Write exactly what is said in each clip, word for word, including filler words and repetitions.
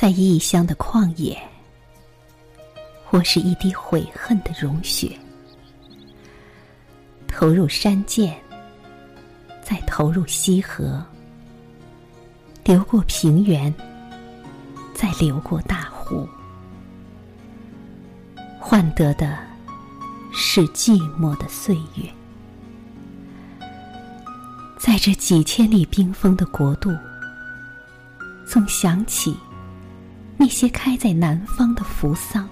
在异乡的旷野，或是一滴悔恨的融雪，投入山涧，再投入溪河，流过平原，再流过大湖，换得的是寂寞的岁月。在这几千里冰封的国度，总想起那些开在南方的扶桑，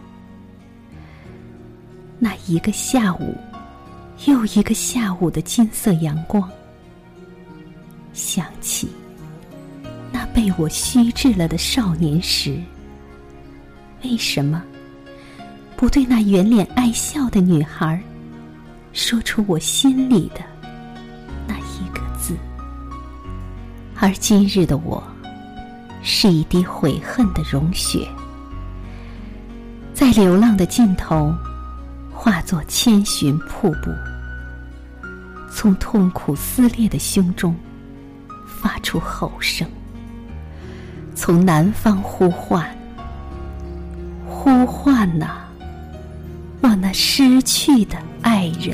那一个下午又一个下午的金色阳光，想起那被我虚掷了的少年时，为什么不对那圆脸爱笑的女孩说出我心里的那一个字？而今日的我是一滴悔恨的融雪，在流浪的尽头化作千寻瀑布，从痛苦撕裂的胸中发出吼声，从南方呼唤，呼唤呐，我那失去的爱人。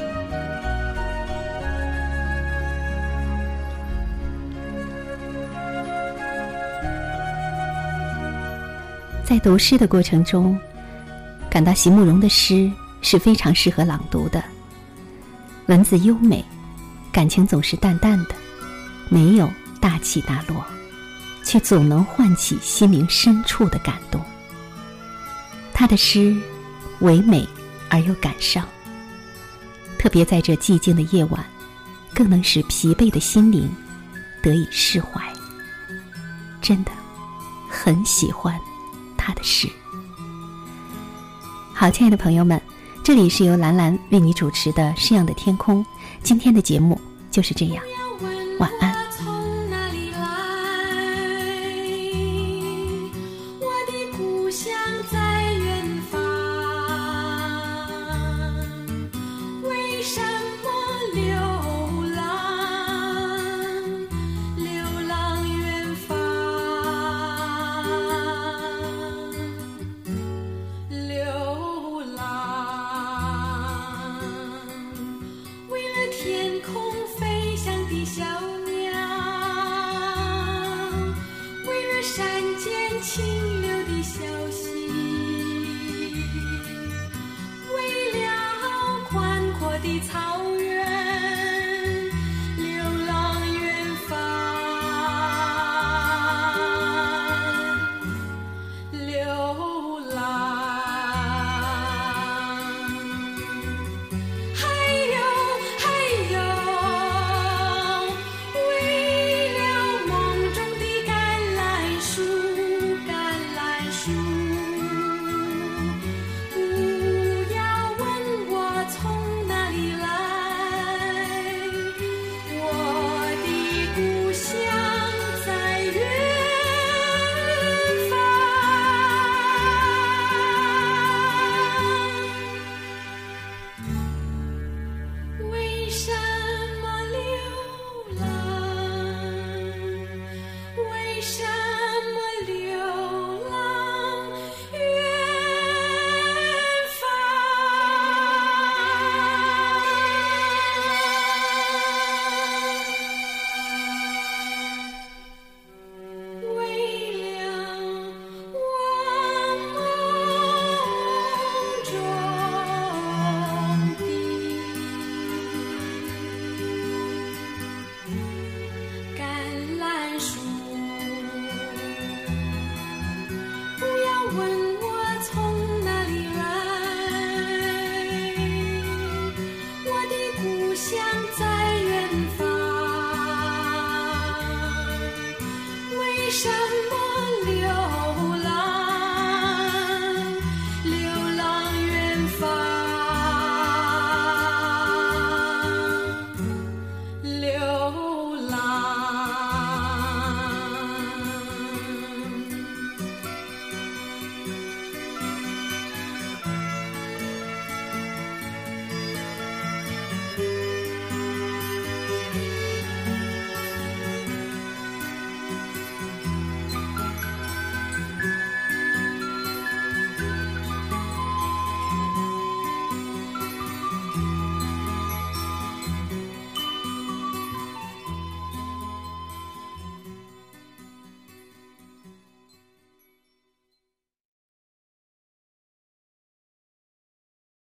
在读诗的过程中，感到席慕容的诗是非常适合朗读的，文字优美，感情总是淡淡的，没有大起大落，却总能唤起心灵深处的感动。他的诗唯美而又感伤，特别在这寂静的夜晚，更能使疲惫的心灵得以释怀。真的很喜欢他的诗。好，亲爱的朋友们，这里是由兰兰为你主持的诗样的天空，今天的节目就是这样，晚安。